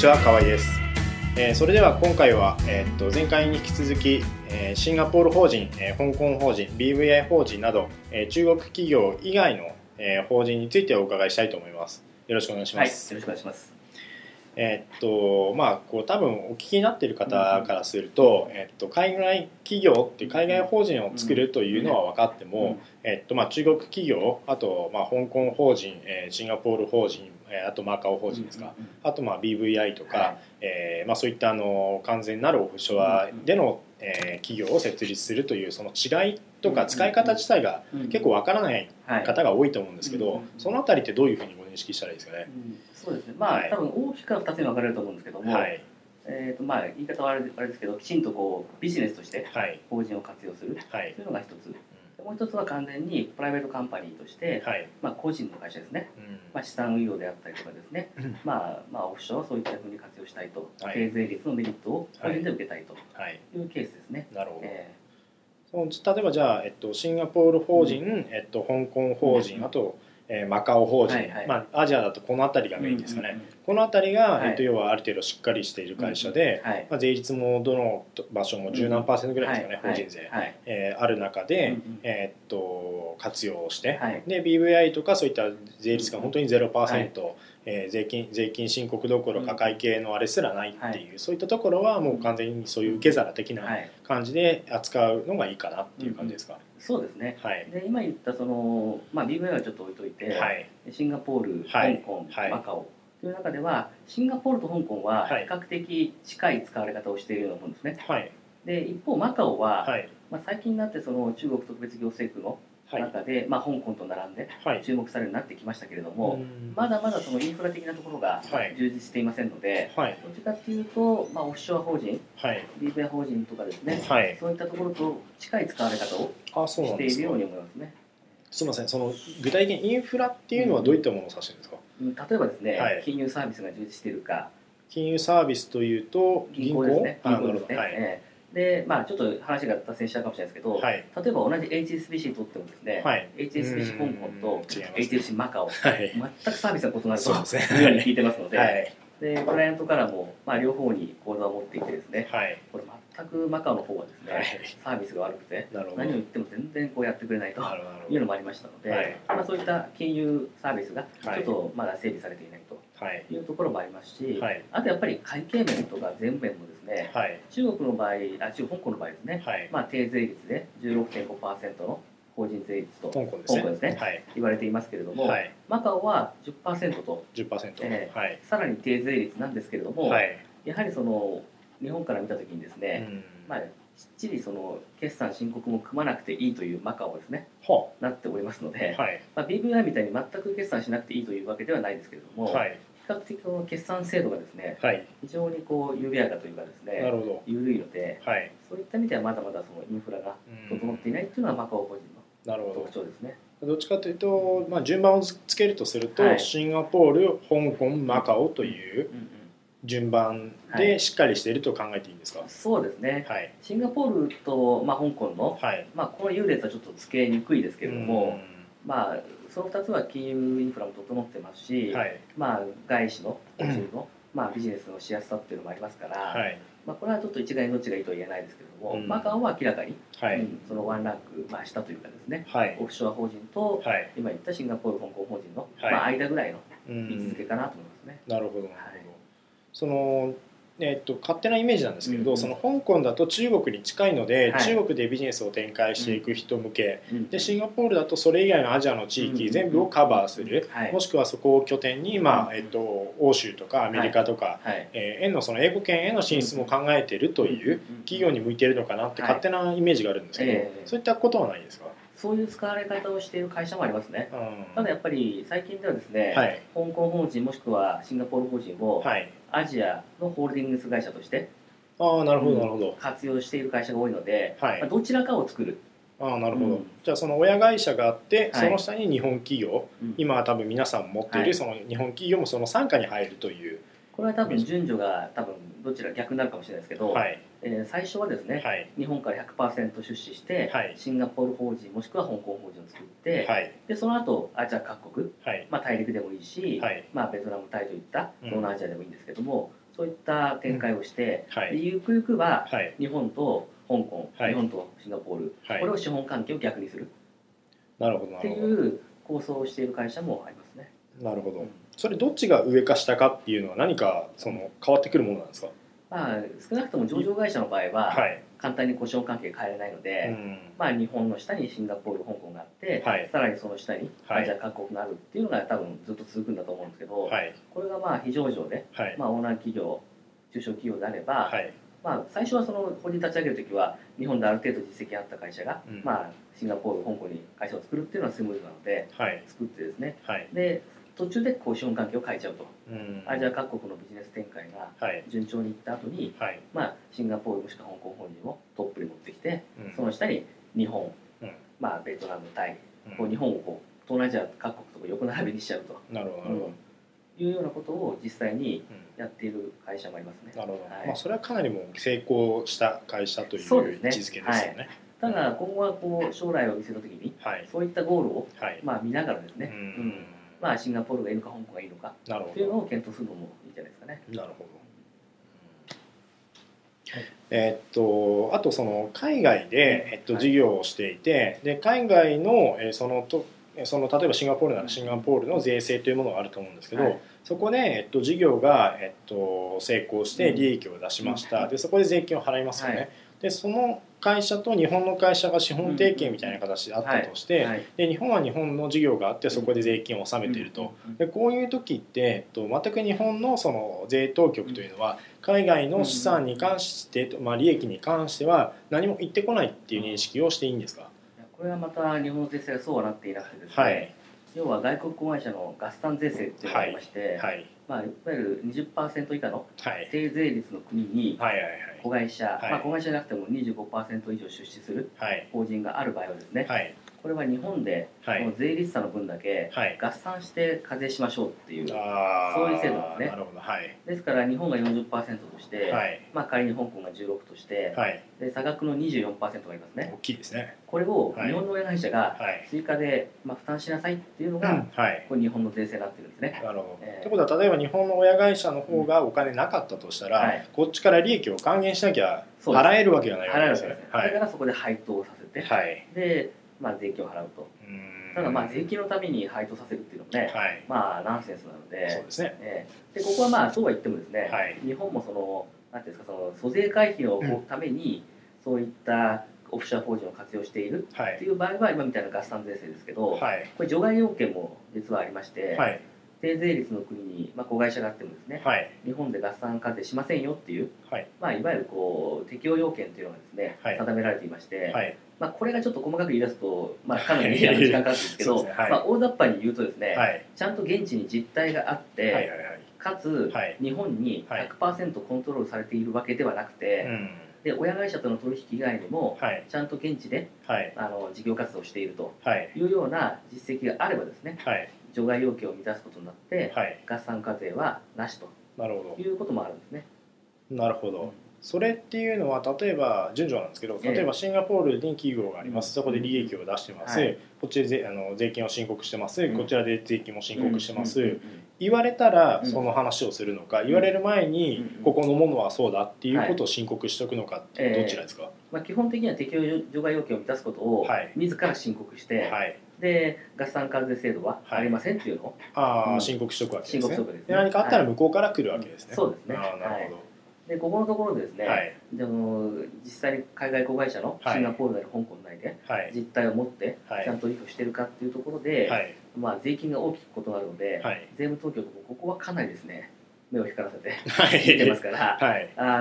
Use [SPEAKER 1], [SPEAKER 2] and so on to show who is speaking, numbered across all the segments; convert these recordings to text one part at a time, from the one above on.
[SPEAKER 1] は河合です。それでは今回は、前回に引き続き、シンガポール法人、香港法人、BVI 法人など、中国企業以外の、法人についてお伺いしたいと思います。よろしくお願いします。
[SPEAKER 2] はい、よろしくお願いします。
[SPEAKER 1] こう多分お聞きになっている方からすると、海外企業っていう海外法人を作るというのは分かっても、中国企業、あと、香港法人、シンガポール法人、あとマカオ法人ですか、あとBVI とか、そういった完全なるオフショアでの、企業を設立するというその違いとか使い方自体が結構分からない方が多いと思うんですけど、そのあたりってどういうふうにご認識したらいいですかね。
[SPEAKER 2] そうですね、多分大きくは2つに分かれると思うんですけども、言い方はあれですけど、きちんとこうビジネスとして法人を活用するというのが一つ、もう一つは完全にプライベートカンパニーとして、個人の会社ですね、資産運用であったりとかですね、オフショアはそういったふうに活用したいと、低税率のメリットを個人で受けたいというケースですね。
[SPEAKER 1] なるほど。例えばじゃあ、シンガポール法人、香港法人、あとマカオ法人、アジアだとこの辺りがメインですかね。この辺りが、要はある程度しっかりしている会社で、税率もどの場所も10何%ぐらいですかね、法人税、ある中で、活用して、で BVI とかそういった税率が本当に 0%、税金申告どころか会計のあれすらないっていう、そういったところはもう完全にそういう受け皿的な感じで扱うのがいいかなっていう感じですか。
[SPEAKER 2] そうですね、で今言ったその、BVI はちょっと置いといて、シンガポール、香港、マカオという中では、シンガポールと香港は比較的近い使われ方をしているようなものですね。で一方マカオは、最近になってその中国特別行政区の中で、香港と並んで注目されるようになってきましたけれども、まだまだそのインフラ的なところが充実していませんので、どっちかというと、オフショア法人、BVI 法人とかですね、そういったところと近い使われ方をしているように思いますね。
[SPEAKER 1] すみません、その具体的にインフラっていうのはどういったものを指してるんですか。
[SPEAKER 2] 例えばですね、金融サービスが充実しているか。
[SPEAKER 1] 金融サービスというと
[SPEAKER 2] 銀行ですね。銀行ですね。でちょっと話が脱線しちゃうかもしれないですけど、例えば同じ HSBC とってもですね、HSBC 香港と HSBC マカオ、全くサービスが異なるというように聞いてますので、でクライアントからも、両方に口座を持っていてですね、これ全くマカオの方はですね、サービスが悪くて何を言っても全然こうやってくれないというのもありましたので、そういった金融サービスがちょっとまだ整備されていないというところもありますし、あとやっぱり会計面とか税務面もですね、中国の場合、香港の場合ですね、低税率で 16.5% の法人税率と香港ですね、言われていますけれども、マカオは 10% と、さらに低税率なんですけれども、やはりその日本から見たときにですね、きっちりその決算申告も組まなくていいというマカオですね、なっておりますので、BVI みたいに全く決算しなくていいというわけではないですけれども、比較的この決算制度がですね、非常にこう緩やかというかですね、緩いので、そういった意味ではまだまだそのインフラが整っていないというのはマカオ個人の特徴ですね。
[SPEAKER 1] どっちかというと、順番をつけるとすると、シンガポール、香港、マカオという順番でしっかりしていると考えていいんですか。
[SPEAKER 2] そうですね、シンガポールと、香港の、この優劣はちょっとつけにくいですけれども、その2つは金融インフラも整ってますし、外資の個人の、ビジネスのしやすさっていうのもありますから、これはちょっと一概にどっちがいいとは言えないですけれども、マカオは明らかに、そのワンランク、下というかですね、オフショア法人と、今言ったシンガポール香港法人の、間ぐらいの位置づけかなと思いますね。
[SPEAKER 1] なるほど。その勝手なイメージなんですけれど、その香港だと中国に近いので、中国でビジネスを展開していく人向け、でシンガポールだとそれ以外のアジアの地域全部をカバーする、もしくはそこを拠点に、欧州とかアメリカとか、その英語圏への進出も考えているという企業に向いているのかなって勝手なイメージがあるんですけど、そういったことはないですか。
[SPEAKER 2] そういう使われ方をしている会社もありますね。ただやっぱり最近ではですね、香港法人もしくはシンガポール法人をアジアのホールディングス会社として活用している会社が多いので、どちらかを作る。
[SPEAKER 1] なるほど。じゃあその親会社があって、その下に日本企業、今は多分皆さん持っているその日本企業もその傘下に入るという。
[SPEAKER 2] これは多分順序がどちら逆になるかもしれないですけど、最初はですね、日本から 100% 出資して、シンガポール法人もしくは香港法人を作って、でその後アジア各国、大陸でもいいし、ベトナム、タイといった東南アジアでもいいんですけども、 そういった展開をして、でゆくゆくは日本と香港、日本とシンガポール、これを資本関係を逆にするっていう構想をしている会社もありますね。
[SPEAKER 1] なるほど。それどっちが上か下かっていうのは何かその変わってくるものなんですか？
[SPEAKER 2] まあ、少なくとも上場会社の場合は簡単に資本関係変えられないので、まあ、日本の下にシンガポール、香港があって、さらにその下にアジア各国があるっていうのが多分ずっと続くんだと思うんですけど、これがまあ非上場で、まあ、オーナー企業、中小企業であれば、まあ、最初はその法人立ち上げるときは日本である程度実績があった会社が、まあ、シンガポール、香港に会社を作るっていうのはスムーズなので、作ってですね、で途中で資本関係を変えちゃうと、アジア各国のビジネス展開が順調にいった後に、まあ、シンガポールもしくは香港本人をトップに持ってきて、その下に日本、まあ、ベトナム、タイ、日本を東南アジア各国と横並びにしちゃうと。いうようなことを実際にやっている会社もありますね。
[SPEAKER 1] なるほど。まあそれはかなりもう成功した会社という位置づけですよね。
[SPEAKER 2] ただ今後はこう将来を見せたときに、そういったゴールをまあ見ながらですね、まあシンガポールがいいのか香港がいいのかっていうのを検討するのもいいんじゃないですかね。
[SPEAKER 1] なるほど。あとその海外で事業をしていて、で海外のその例えばシンガポールならシンガポールの税制というものがあると思うんですけど、そこで事業が成功して利益を出しました。でそこで税金を払いますよね。でその会社と日本の会社が資本提携みたいな形であったとして、で日本は日本の事業があってそこで税金を納めていると。でこういう時って全く日本のその税当局というのは海外の資産に関して、まあ、利益に関しては何も言ってこないっていう認識をしていいんですか？
[SPEAKER 2] これはまた日本の税制がそうはなっていなくてですね、要は外国子会社の合算税制っていうのがありまして、まあ、いわゆる 20% 以下の低税率の国に子会社、まあ、子会社じゃなくても 25% 以上出資する法人がある場合はですね、これは日本でこの税率差の分だけ合算して課税しましょうっていう、そういう制度なんですね。ですから日本が 40% として、まあ、仮に香港が16として、で差額の 24% がありますね。
[SPEAKER 1] 大きいですね。
[SPEAKER 2] これを日本の親会社が追加でまあ負担しなさいっていうのが、これ日本の税制になってるんですね。
[SPEAKER 1] なるほど。ということは例えば日本の親会社の方がお金なかったとしたら、こっちから利益を還元しなきゃ払えるわけがないわけですよね。
[SPEAKER 2] だからそこで配当をさせて、でまあ、税金を払うと。ただまあ税金のために配当させるっていうのもね、まあナンセンスなので、
[SPEAKER 1] そうですね。
[SPEAKER 2] でここはまあそうは言ってもですね、日本もそのなんていうんですか、その租税回避のためにそういったオフショア法人を活用しているっていう場合は今みたいな合算税制ですけど、これ除外要件も実はありまして、低税率の国にまあ子会社があってもですね、日本で合算課税しませんよっていう、まあいわゆるこう適用要件というのがですね、定められていまして、まあこれがちょっと細かく言い出すと、まあ、かなり時間かかるんですけど、まあ、大雑把に言うとですね、ちゃんと現地に実態があって、かつ日本に 100% コントロールされているわけではなくて、で親会社との取引以外にもちゃんと現地で事業活動をしているというような実績があればですね、除外要件を満たすことになって、合算課税はなしということもあるんですね。
[SPEAKER 1] なるほど。それっていうのは例えば順序なんですけど、例えばシンガポールに企業があります、そこで利益を出してます、こっちで税金を申告してます、こちらで税金も申告してます、言われたらその話をするのか、言われる前にここのものはそうだっていうことを申告しておくのかってどちらですか？
[SPEAKER 2] まあ、基本的には適用除外要件を満たすことを自ら申告して、で合算課税制度はありませんっていうのを、
[SPEAKER 1] 申告しておくわけですね。何かあったら向こうから来るわけですね。
[SPEAKER 2] そうですね。
[SPEAKER 1] なるほど。
[SPEAKER 2] でここのところでですね、でも実際に海外子会社のシンガポールなり香港内で実態を持ってちゃんと取引をしているかっていうところで、まあ、税金が大きく異なるので、税務当局もここはかなりですね目を光らせて見てますから、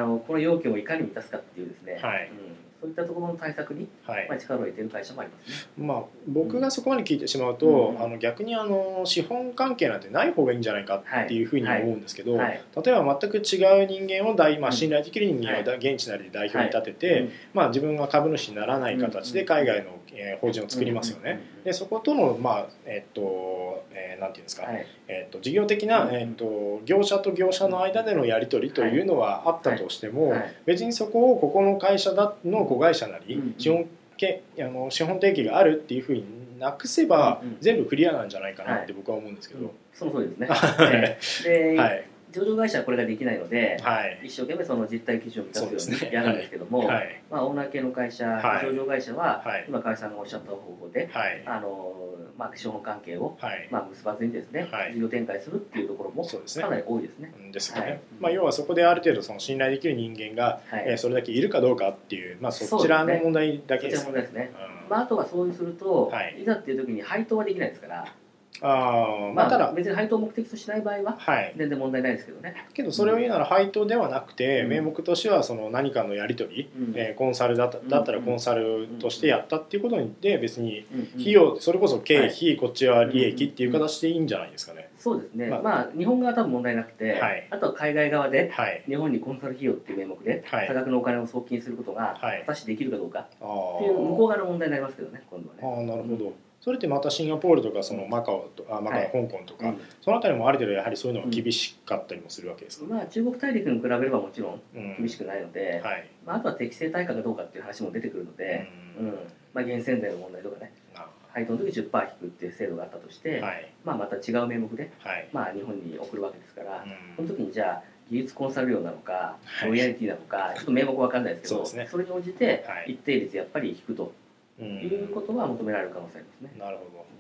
[SPEAKER 2] この要件をいかに満たすかっていうですね、そういったところの対策に、まあ、力を入れている会社もありますね。
[SPEAKER 1] まあ、僕がそこまで聞いてしまうと、逆に資本関係なんてない方がいいんじゃないかっていうふうに思うんですけど、例えば全く違う人間をまあ、信頼できる人間を現地なりで代表に立てて、まあ、自分が株主にならない形で海外の法人を作りますよね。でそことの、まあなんていうんですか、事業的な、業者と業者の間でのやり取りというのはあったとしても、別にそこをここの会社の子会社なり資本提携があるっていうふうになくせば全部クリアなんじゃないかなって僕は思うんですけど。
[SPEAKER 2] その通りですね。で上場会社はこれができないので、
[SPEAKER 1] はい、
[SPEAKER 2] 一生懸命その実態基準を満たすようにやるんですけども、はい、まあ、オーナー系の会社、はい、上場会社は、はい、今河合さんがおっしゃった方法で、はい、まあ、資本関係を、はい、まあ、結ばずにですね、はい、事業展開するっていうところもかなり多いですね。
[SPEAKER 1] ですよね。はい、まあ、要はそこである程度その信頼できる人間が、はい、それだけいるかどうかっていう、まあ、そちらの問題だけですね。
[SPEAKER 2] そちらの問題ですね。まあ、あとはそうすると、はい、いざっていう時に配当はできないですから。まあ、ただ別に配当を目的としない場合は全然問題ないですけどね。
[SPEAKER 1] けどそれを言うなら配当ではなくて、名目としてはその何かのやり取り、コンサルだったらコンサルとしてやったっていうことで別に費用それこそ経費、こっちは利益っていう形でいいんじゃないですかね。
[SPEAKER 2] そうですね。まあ日本側は多分問題なくて、あとは海外側で日本にコンサル費用っていう名目で多額のお金を送金することが果たしてできるかどうかっていう向こう側の問題になりますけどね、今度はね。
[SPEAKER 1] なるほど。それってまたシンガポールとかそのマカオ、香港とか、そのあたりもある程度やはりそういうのが厳しかったりもするわけですか。
[SPEAKER 2] まあ中国大陸に比べればもちろん厳しくないので、まあ、あとは適正対価かどうかっていう話も出てくるので、まあ、源泉税の問題とかね、配当の時 10% 引くっていう制度があったとして、まあ、また違う名目で、まあ、日本に送るわけですから、その時にじゃあ技術コンサル料なのかロイヤリティなのかちょっと名目分かんないですけど、それに応じて一定率やっぱり引くということは求められる可能性ありますね。
[SPEAKER 1] なるほど。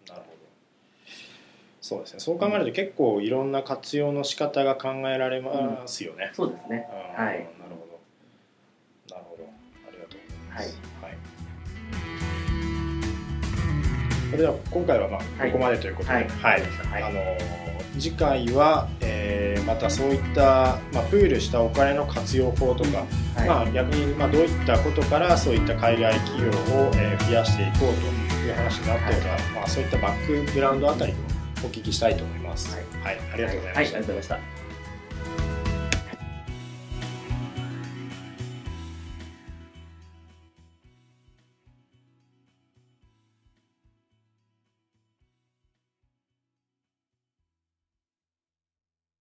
[SPEAKER 1] そうですね。そう考えると結構いろんな活用の仕方が考えられますよね。
[SPEAKER 2] そうですね。はい。
[SPEAKER 1] なるほど。なるほど。ありがとうございます。はい。それでは今回はまあここまでということで、はい。次回は、またそういった、まあ、プールしたお金の活用法とか、まあ、逆に、まあ、どういったことからそういった海外企業を、増やしていこうという話になっているか、まあ、そういったバックグラウンドあたりをお聞きしたいと思います。はい、ありがとうございました。
[SPEAKER 2] はい、ありがとうございました。